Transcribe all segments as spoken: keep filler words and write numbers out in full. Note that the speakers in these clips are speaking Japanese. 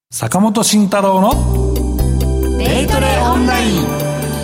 坂本慎太郎のデイトレオンライン。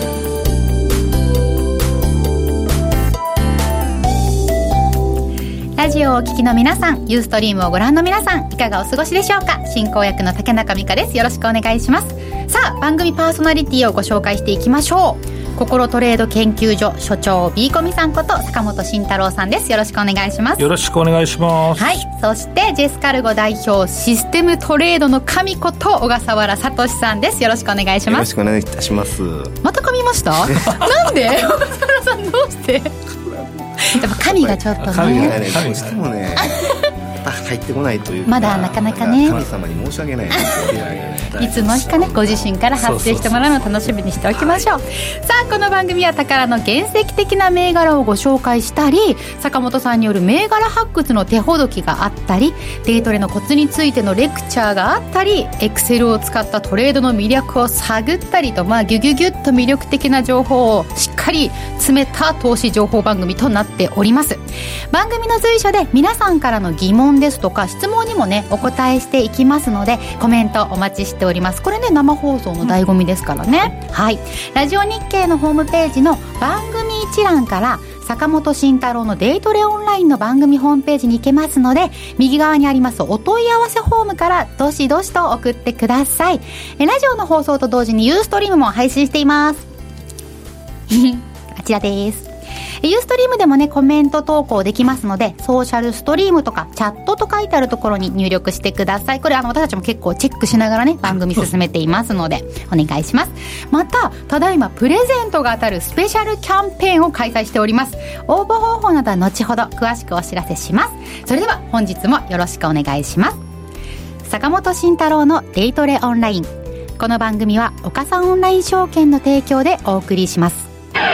ラジオをお聞きの皆さん、ユーストリームをご覧の皆さん、いかがお過ごしでしょうか。進行役の竹中美香です。よろしくお願いします。さあ、番組パーソナリティをご紹介していきましょう。心トレード研究所所長 B コミさんこと坂本慎太郎さんです。よろしくお願いします。 よろしくお願いします。 はい。そしてジェスカルゴ代表システムトレードの神こと小笠原聡さんです。よろしくお願いします。 よろしくお願いいたします。 また噛みましたなんで小笠原さんどうしてやっぱ神がちょっとね神がねどうしてもね入ってこないというか、 まだなかなかね神様に申し訳ないいつの日かねご自身から発生してもらうのを楽しみにしておきましょう。さあ、この番組は宝の原石的な銘柄をご紹介したり、坂本さんによる銘柄発掘の手ほどきがあったり、デイトレのコツについてのレクチャーがあったり、エクセルを使ったトレードの魅力を探ったりと、まあギュギュギュッと魅力的な情報をしっかり詰めた投資情報番組となっております。番組の随所で皆さんからの疑問ですとか質問にもねお答えしていきますので、コメントお待ちしております。これね生放送の醍醐味ですからね、うん、はい。ラジオ日経のホームページの番組一覧から坂本慎太郎のデイトレオンラインの番組ホームページに行けますので、右側にありますお問い合わせフォームからどしどしと送ってください。えラジオの放送と同時にユーストリームも配信していますあちらです。ユーストリームでもねコメント投稿できますので、ソーシャルストリームとかチャットと書いてあるところに入力してください。これあの私たちも結構チェックしながらね番組進めていますのでお願いします。またただいまプレゼントが当たるスペシャルキャンペーンを開催しております。応募方法などは後ほど詳しくお知らせします。それでは本日もよろしくお願いします。坂本慎太郎のデイトレオンライン。この番組は岡三オンライン証券の提供でお送りします。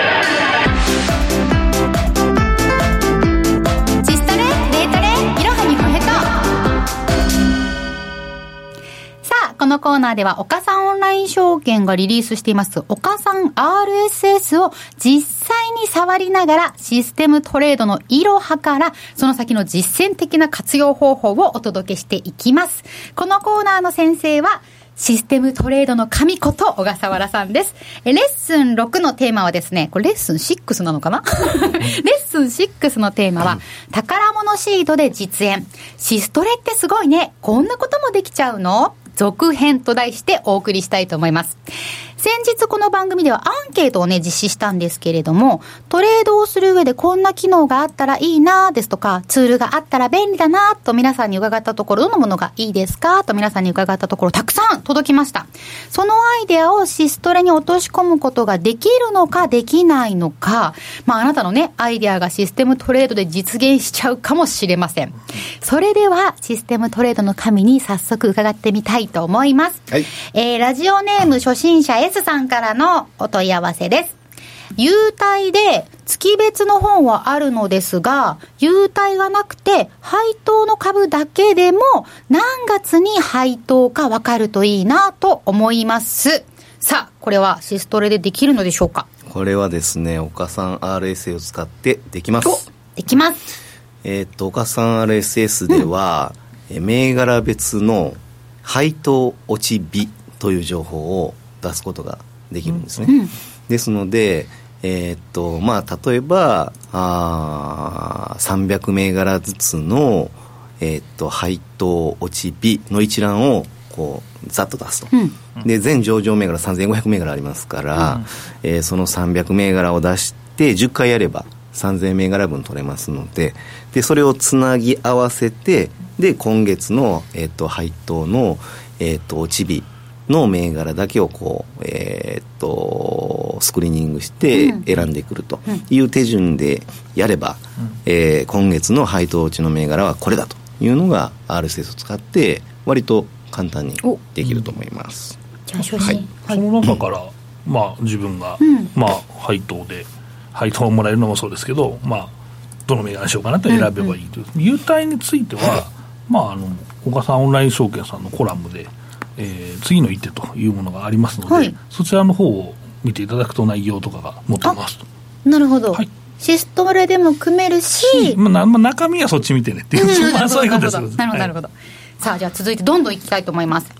このコーナーでは岡三オンライン証券がリリースしています岡三 アールエスエス を実際に触りながらシステムトレードのいろはからその先の実践的な活用方法をお届けしていきます。このコーナーの先生はシステムトレードの神こと小笠原さんです。レッスンろくのテーマはですね、これレッスンろくなのかなレッスンろくのテーマは、うん、宝物シートで実演。シストレってすごいね。こんなこともできちゃうの？続編と題してお送りしたいと思います。先日この番組ではアンケートをね実施したんですけれども、トレードをする上でこんな機能があったらいいなですとか、ツールがあったら便利だなと皆さんに伺ったところ、どのものがいいですかと皆さんに伺ったところ、たくさん届きました。そのアイデアをシストレに落とし込むことができるのかできないのか、まああなたのねアイデアがシステムトレードで実現しちゃうかもしれません。それではシステムトレードの神に早速伺ってみたいと思います、はい。えー、ラジオネーム初心者 S さんからのお問い合わせです。優待で月別の本はあるのですが、優待がなくて配当の株だけでも何月に配当か分かるといいなと思います。さあ、これはシストレでできるのでしょうか？ これはですね、岡三 アールエスエス を使ってできます。 できます。 えー、っと岡三 アールエスエス では、うん、銘柄別の配当落ち日という情報を出すことができるんですね、うん、ですので、えーっとまあ、例えばあさんびゃく銘柄ずつの、えーっと配当落ち日の一覧をこうざっと出すと、うん、で全上場銘柄さんぜんごひゃく銘柄ありますから、うんえー、そのさんびゃく銘柄を出してじゅっかいやればさんぜん銘柄分取れますので、でそれをつなぎ合わせて、で今月の、えー、と配当の、えー、と落ち日の銘柄だけをこう、えー、とスクリーニングして選んでくるという手順でやれば、うんえー、今月の配当落ちの銘柄はこれだというのが アールエスエス を使って割と簡単にできると思います。 じゃあ初心、 はい、その中から、まあ、自分が、うんまあ、配当で配当をもらえるのもそうですけど、まあ、どの銘柄にしようかなと選べばいいという、うんうん、優待については、まあ、あの岡三オンライン証券さんのコラムで、えー、次の一手というものがありますので、はい、そちらの方を見ていただくと内容とかが載ってますと。 なるほど、はい、シストレでも組めるし、 まあ、中身はそっち見てねっていう、まあ、そういうことです。 なるほどなるほど、はい、さあじゃあ続いてどんどんいきたいと思います。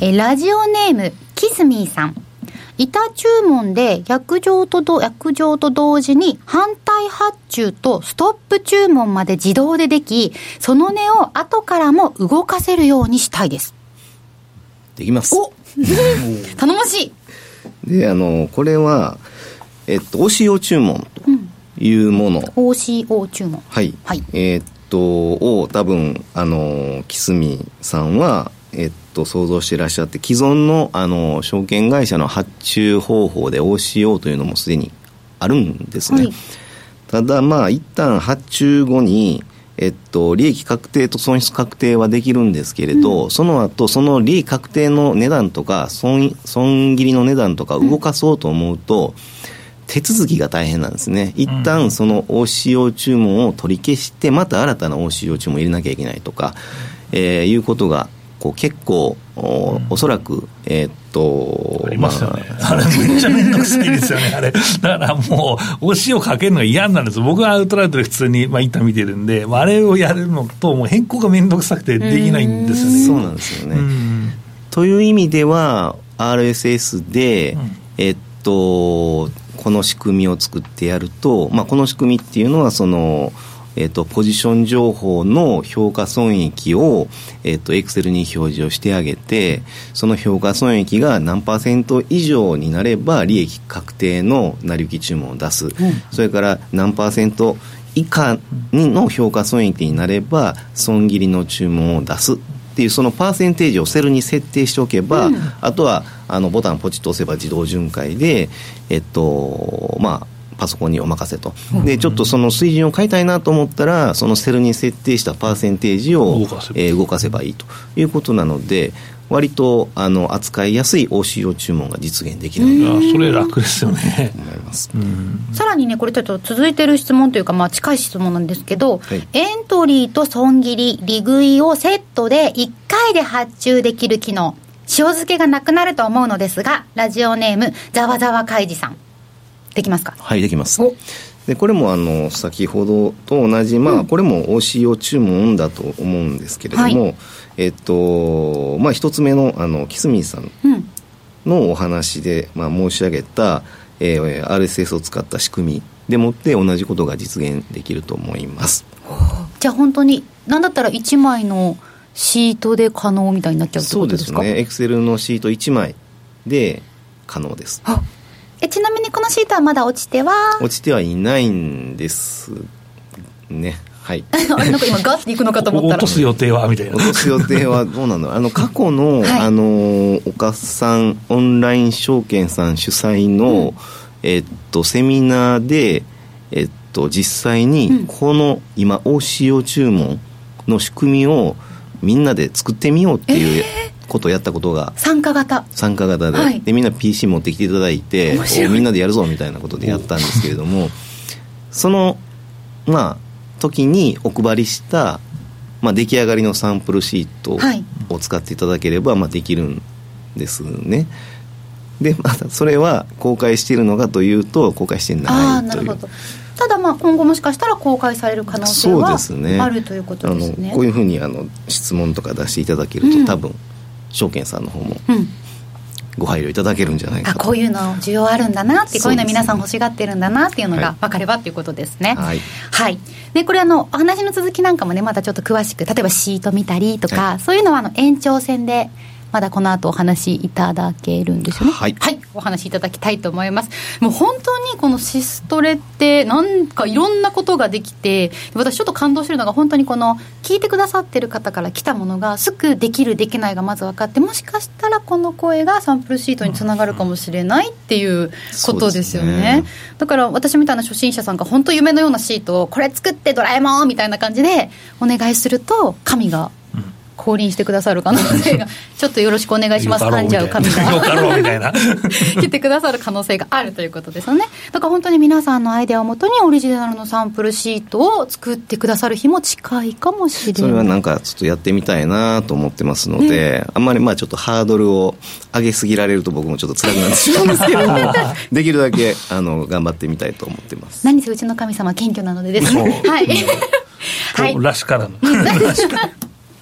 えラジオネームキスミーさん、板注文で薬状とど薬状と同時に反対発注とストップ注文まで自動ででき、その値を後からも動かせるようにしたいです。 できます。 お頼もしい。 で、あのこれは、えっと、オーシーオー 注文というもの、うん、 オーシーオー 注文、 はい、はい、えー、っとを多分あのキスミさんはえっと想像していらっしゃって、既存のあの証券会社の発注方法で オーシーオー というのもすでにあるんですね、はい、ただまあ一旦発注後にえっと、利益確定と損失確定はできるんですけれど、うん、その後その利益確定の値段とか 損, 損切りの値段とか動かそうと思うと、うん、手続きが大変なんですね。一旦その オーシーオー 注文を取り消してまた新たな オーシーオー 注文を入れなきゃいけないとか、えー、いうことがこう結構 お, おそらく、えー、っとありますよね、まあ、あれめっちゃめんどくさいですよねあれだからもう押しをかけるのが嫌なんです。僕はアウトライトで普通に、まあ、板見てるんで、まあ、あれをやるのともう変更がめんどくさくてできないんですよね。 そうなんですよね。という意味では アールエスエス で、うん、えっとこの仕組みを作ってやると、まあ、この仕組みっていうのはそのえー、とポジション情報の評価損益を、えー、と Excel に表示をしてあげて、その評価損益が何パーセント以上になれば利益確定の成り行き注文を出す、うん、それから何パーセント以下の評価損益になれば損切りの注文を出すっていう、そのパーセンテージをセルに設定しておけば、うん、あとはあのボタンポチッと押せば自動巡回で、えっとまあパソコンにお任せと。でちょっとその水準を変えたいなと思ったらそのセルに設定したパーセンテージを動かせば、えー、動かせばいいということなので、割とあの扱いやすい オーシーオー 注文が実現できる。 いやそれ楽ですよね。 思います。 さらにねこれちょっと続いてる質問というか、まあ、近い質問なんですけど、はい、エントリーと損切り利食いをセットでいっかいで発注できる機能、塩漬けがなくなると思うのですが、ラジオネームざわざわかいじさん、できますか？ はい、できます。でこれもあの先ほどと同じ、まあ、これも オーシーオー 注文だと思うんですけれども、はい、えっとまあ、一つ目のあのキスミーさんのお話で、まあ、申し上げた、えー、アールエスエス を使った仕組みでもって同じことが実現できると思います。 じゃあ本当に何だったらいちまいのシートで可能みたいになっちゃうってことですか？ そうですね、 Excel のシートいちまいで可能です。 えちなみにこのシートはまだ落ちては落ちてはいないんですね。はい。 あれなんか今ガッていくのかと思ったら落とす予定はみたいな。 落とす予定はどうなの？あの過去の、はい、あの岡さんオンライン証券さん主催の、うん、えっとセミナーでえっと実際にこの、うん、今 オーシーオー 注文の仕組みをみんなで作ってみようっていう、えーことをやったことが参加型参加型 で,、はい、でみんな ピーシー 持ってきていただいてみんなでやるぞみたいなことでやったんですけれどもそのまあ時にお配りした、まあ、出来上がりのサンプルシートを使っていただければ、まあ、できるんですね。でまたそれは公開しているのかというと公開してないという。 あ、なるほど。ただまあ今後もしかしたら公開される可能性はあるということですね。 あのこういうふうにあの質問とか出していただけると、うん、多分証券さんの方もご配慮いただけるんじゃないかと、 うん、あこういうの需要あるんだなって、こういうの皆さん欲しがってるんだなっていうのが分かればっていうことですね。はい、はい、でこれあのお話の続きなんかもねまたちょっと詳しく、例えばシート見たりとか、はい、そういうのはあの延長戦でまだこの後お話いただけるんですよね。はい、はい、お話いただきたいと思います。もう本当にこのシストレってなんかいろんなことができて、私ちょっと感動してるのが本当にこの聞いてくださってる方から来たものがすぐできるできないがまず分かって、もしかしたらこの声がサンプルシートにつながるかもしれないっていうことですよ ね,、うん、ね。だから私みたいな初心者さんが本当夢のようなシートをこれ作ってドラえもんみたいな感じでお願いすると神が降臨してくださる可能性がちょっとよろしくお願いします噛んじゃう神が来てくださる可能性があるということですよね。だから本当に皆さんのアイデアをもとにオリジナルのサンプルシートを作ってくださる日も近いかもしれない。 それはなんかちょっとやってみたいなと思ってますので、ね、あんまりまあちょっとハードルを上げすぎられると僕もちょっと辛くなってしまうんですけどもできるだけあの頑張ってみたいと思ってます。 何せうちの神様謙虚なのでですねはい、 はい、らしからぬ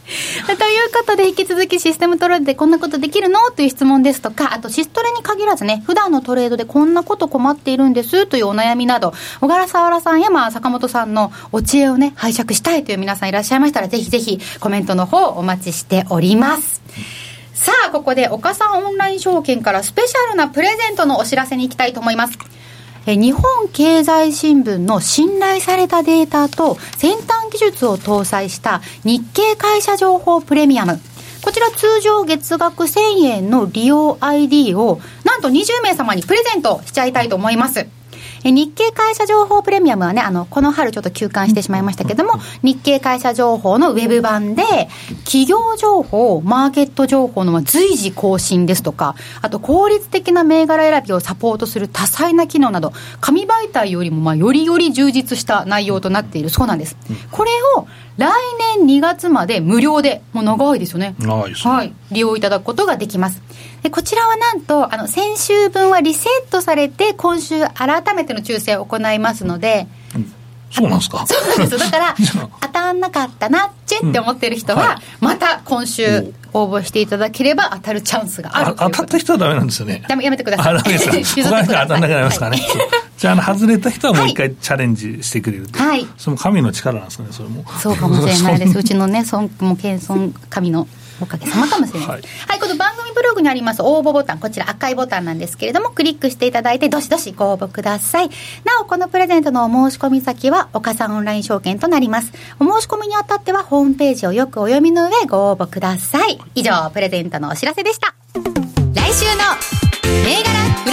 ということで引き続きシステムトレードでこんなことできるのという質問ですとか、あとシストレに限らずね、普段のトレードでこんなこと困っているんですというお悩みなど、小笠原さんやまあ坂本さんのお知恵をね拝借したいという皆さんいらっしゃいましたら、ぜひぜひコメントの方お待ちしております。さあここで岡さんオンライン証券からスペシャルなプレゼントのお知らせに行きたいと思います。え日本経済新聞の信頼されたデータと先端技術を搭載した日経会社情報プレミアム、こちら通常月額せんえんの利用 アイディー をなんとにじゅうめい様にプレゼントしちゃいたいと思います。え日経会社情報プレミアムはね、あのこの春ちょっと休刊してしまいましたけども、日経会社情報のウェブ版で企業情報、マーケット情報の随時更新ですとか、あと効率的な銘柄選びをサポートする多彩な機能など、紙媒体よりもまあよりより充実した内容となっているそうなんです。これを来年にがつまで無料で、もう長いですよね、 長いですね、 はい、利用いただくことができます。でこちらはなんとあの先週分はリセットされて今週改めての抽選を行いますので、 うん、そうなんですか。 そうなんですだから当たんなかったなっちって思ってる人は、うんはい、また今週応募していただければ当たるチャンスがあるということ。 あ当たった人はダメなんですよね。 やめ、やめてください。 あダメですよ他の人は当たんなくなりますからね、はい、じゃあ、あの外れた人はもう一回チャレンジしてくれると、はい、その神の力なんですかね、それも。 そうかもしれないですうちのね孫も謙遜神のおかげさまかもしれない、はいはい、この番組ブログにあります応募ボタン、こちら赤いボタンなんですけれども、クリックしていただいてどしどしご応募ください。なおこのプレゼントのお申し込み先は岡さんオンライン証券となります。お申し込みにあたってはホームページをよくお読みの上ご応募ください。以上プレゼントのお知らせでした。来週の銘柄フラッシュ。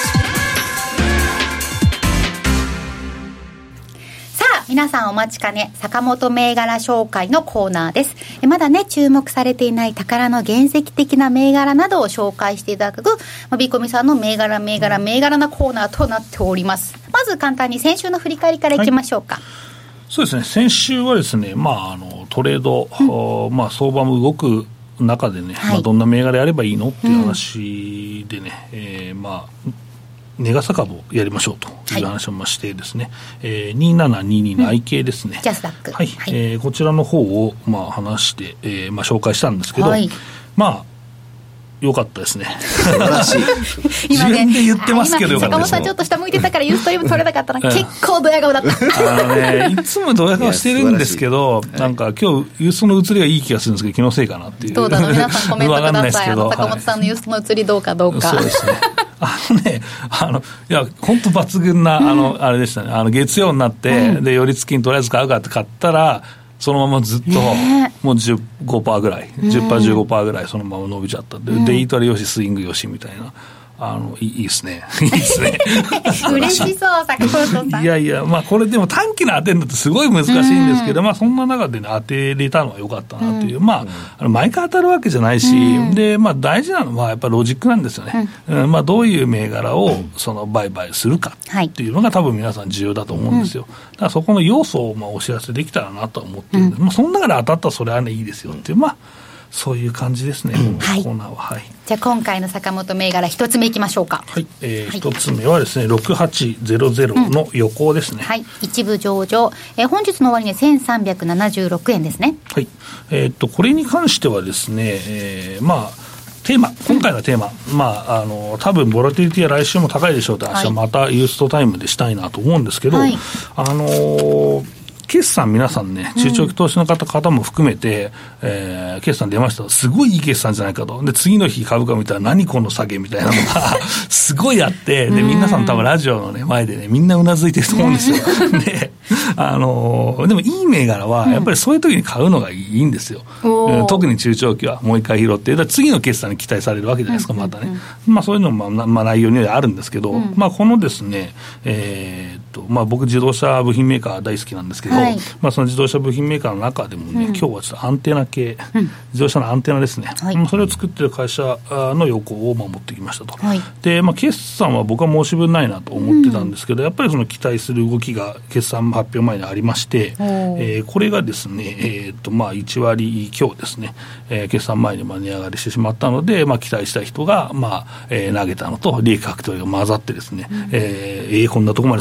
皆さんお待ちかね、坂本銘柄紹介のコーナーです。まだね注目されていない宝の原石的な銘柄などを紹介していただく、まあ、ビーコミさんの銘柄銘柄銘柄なコーナーとなっております。まず簡単に先週の振り返りからいきましょうか。はい、 そうですね、先週はですね、まあ、あのトレード、うんまあ、相場も動く中でね、はいまあ、どんな銘柄やればいいのっていう話でね、うんえー、まあ値傘株をやりましょうという話をましてですね、はいえー、にせんななひゃくにじゅうにの アイケー ですね、 ジャスダック、 はいはいえー、こちらの方をまあ話して、えーまあ、紹介したんですけど、はい、まあよかったですね。 素晴らしい。 自分で言ってますけどよかったです。 坂本さんちょっと下向いてたからユーストリーム取れなかったら結構ドヤ顔だった。 あのね、いつもドヤ顔してるんですけど、なんか今日ユーストの移りがいい気がするんですけど、気のせいかなっていう。 どうだろう、皆さんコメントください。あの坂本さんのユーストの移りどうかどうか。 そうですね。あのね、あのいや本当抜群な、うん、あのあれでしたね。あの月曜になって、うん、で寄り付きにとりあえず買うかって買ったら。そのままずっと、ね、もう じゅうごパーセント ぐらい じゅっパーセント、じゅうごパーセント ぐらいそのまま伸びちゃったんで、うん、デイトレよしスイングよしみたいな、あのいいいですねいいですね嬉しそう坂本さん。 いやいや、まあこれでも短期の当てるのってすごい難しいんですけど、うん、まあそんな中でね当てれたのは良かったなという、うん、まあ、あの毎回当たるわけじゃないし、うん、でまあ大事なのはやっぱりロジックなんですよね、うんうん、まあどういう銘柄をその売買するかっていうのが多分皆さん重要だと思うんですよ。だからそこの要素をまあお知らせできたらなと思ってるんで、うん、まあその中で当たったらそれはねいいですよっていう、まあそういう感じですね、うん、このコーナーは、はい、 じゃあ今回の坂本銘柄一つ目いきましょうか。 はい、えー、一、はい、つ目はですねろくはちぜろぜろの予行ですね、 うん、はい一部上場、えー、本日の終わりねせんさんびゃくななじゅうろくえんですね。 はい、えー、っとこれに関してはですね、えー、まあテーマ今回のテーマ、うん、まああの多分ボラティリティは来週も高いでしょうと、明日またユーストタイムでしたいなと思うんですけど、はい、あのー決算皆さんね、中長期投資の方、方も含めて、えー、決算出ましたすごいいい決算じゃないかと。で次の日株価見たら何この下げみたいなのがすごいあって、で皆さん多分ラジオの、ね、前でねみんなうなずいてると思うんですよで、あのー、でもいい銘柄はやっぱりそういう時に買うのがいいんですよ、うん、特に中長期はもう一回拾って、だから次の決算に期待されるわけじゃないですか、またね、うんうんうん、まあそういうのも、まあまあ、内容にはあるんですけど、うん、まあこのですね、えーっとまあ、僕自動車部品メーカー大好きなんですけど、はいまあ、その自動車部品メーカーの中でもね、うん、今日はちょっとアンテナ系、うん、自動車のアンテナですね、はい、それを作っている会社の要項を持ってきましたと、はいでまあ、決算は僕は申し分ないなと思ってたんですけど、うん、やっぱりその期待する動きが決算発表前にありまして、えー、これがですね、えーとまあ、いちわり強ですね、えー、決算前にまあ値上がりしてしまったので、まあ、期待した人が、まあえー、投げたのと利益確定が混ざってですね、うんえー、こんなところまで下がるの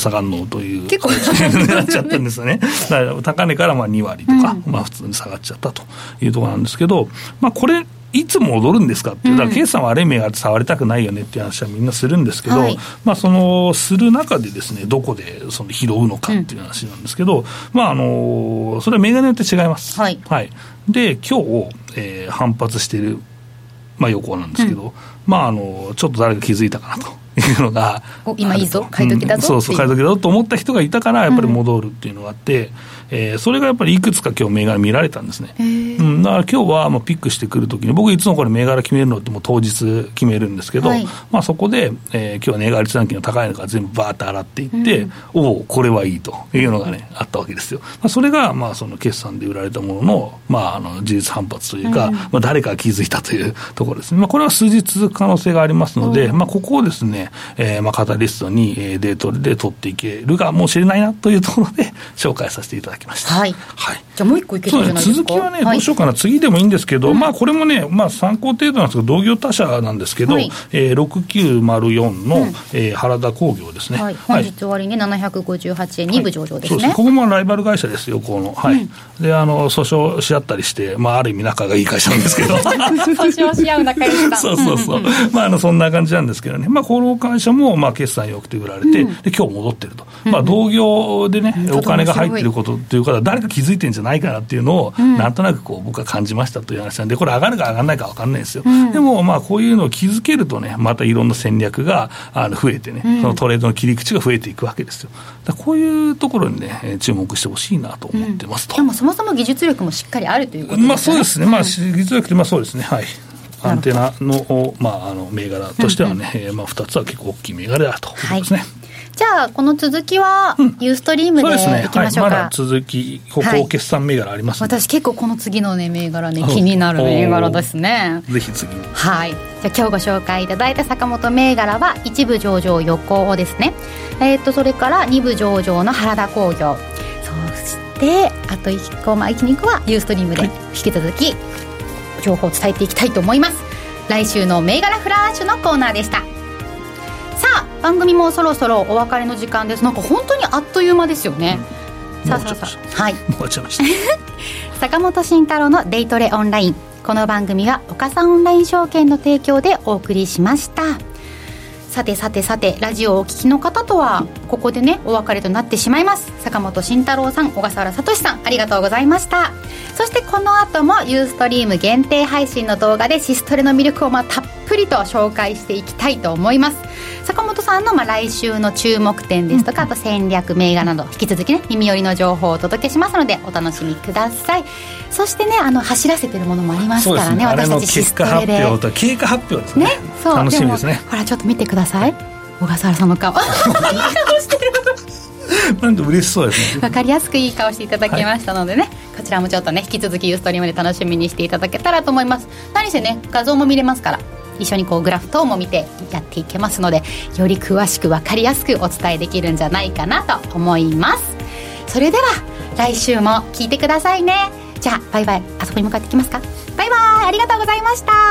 むという結構なっちゃったんですよね。だから高値からまあに割とか、うん、まあ、普通に下がっちゃったというところなんですけど、まあ、これいつ戻るんですかっていう、だから決算悪い銘柄って触りたくないよねっていう話はみんなするんですけど、はい、まあ、そのする中でですね、どこでその拾うのかっていう話なんですけど、うん、まあ、あのそれは銘柄によって違います。はいはい、で今日、えー、反発している、まあ、予行なんですけど、うん、まあ、あのちょっと誰か気づいたかなというのが、 今いいぞ買い時だぞ、うん、 そうそう買い時だぞと思った人がいたからやっぱり戻るっていうのがあって、うん、えー、それがやっぱりいくつか今日銘柄見られたんですね。うん、だから今日はもうピックしてくるときに、僕いつもこれ銘柄決めるのってもう当日決めるんですけど、はい、まあ、そこで、えー、今日は値上がり算金の高いのから全部バーって洗っていって、うん、おおこれはいいというのがねあったわけですよ。まあ、それがまあその決算で売られたものの、まあ、あの事実反発というか、うん、まあ、誰かが気づいたというところですね。まあ、これは数日続く可能性がありますので、うん、まあ、ここをですね、えー、まあカタリストにデートで取っていけるかもしれないなというところで紹介させていただきました。 はい、はい、じゃあもう一個いけるんじゃないですか。 続きはね、どうしようかな、はい、次でもいいんですけど、うん、まあこれもね、まあ、参考程度なんですけど同業他社なんですけど、はい、えー、ろくきゅうまるよんの、うん、えー、原田工業ですね、 はい、本日終わりにななひゃくごじゅうはちえんに部上場ですね、はい、そうですね。 ここもライバル会社ですよ、この、はい、うん、であの訴訟し合ったりして、まあ、ある意味仲がいい会社なんですけど訴訟し合う仲良しさんそうそうそう、まあ、あのそんな感じなんですけどね、まあ、この会社もまあ決算良くて売られて、うん、で今日戻ってると、まあ、同業でね、うん、お金が入ってることっていうから誰か気づいてるんじゃないかなっていうのを、うん、なんとなくこう僕は感じましたという話なんで、これ上がるか上がらないか分かんないですよ、うん、でもまあこういうのを気づけるとね、またいろんな戦略があの増えてね、うん、そのトレードの切り口が増えていくわけですよ。だからこういうところにね注目してほしいなと思ってますと、 うん、でもそもそも技術力もしっかりあるということですね。 まあそうですね、まあ、技術力ってまあそうですね、はい、アンテナの、まあ、あの銘柄としてはね、うんうん、えーまあ、ふたつは結構大きい銘柄だということですね。はい、 じゃあこの続きはユーストリームでいきましょうか。 はい、まだ続きここ決算銘柄ありますので、 はい、私結構この次の、ね、銘柄ね気になる銘柄ですね。 ぜひ次に。 はい、じゃあ今日ご紹介いただいた坂本銘柄は一部上場予行ですね、えー、とそれから二部上場の原田工業、そしてあといっこ、まあ、いち、にこはユーストリームで引き続き情報を伝えていきたいと思います。来週の銘柄フラッシュのコーナーでした。さあ番組もそろそろお別れの時間です。なんか本当にあっという間ですよね、うん、さあさあさあ、はい、もう終わっちゃいました坂本慎太郎のデイトレオンライン、この番組は岡三オンライン証券の提供でお送りしました。さてさてさて、ラジオをお聞きの方とはここでねお別れとなってしまいます。坂本慎太郎さん、小笠原聡さん、ありがとうございました。そしてこの後もユーストリーム限定配信の動画でシストレの魅力をまあたっぷりと紹介していきたいと思います。坂本さんのまあ来週の注目点ですとか、あと戦略銘柄など引き続きね耳寄りの情報をお届けしますのでお楽しみください。そしてね、あの走らせてるものもありますからね、私たちシストレで結果発表と経過発表ですね。ね、そう楽しみですね。 ほらちょっと見てください、小笠原さんの顔いい顔してるなんか嬉しそうですね。 分かりやすくいい顔していただきましたのでね、はい、こちらもちょっとね引き続きユーストリームで楽しみにしていただけたらと思います。何せね画像も見れますから一緒にこうグラフ等も見てやっていけますので、より詳しく分かりやすくお伝えできるんじゃないかなと思います。それでは来週も聞いてくださいね。じゃあバイバイ。あそこに向かってきますか。バイバイ、ありがとうございました。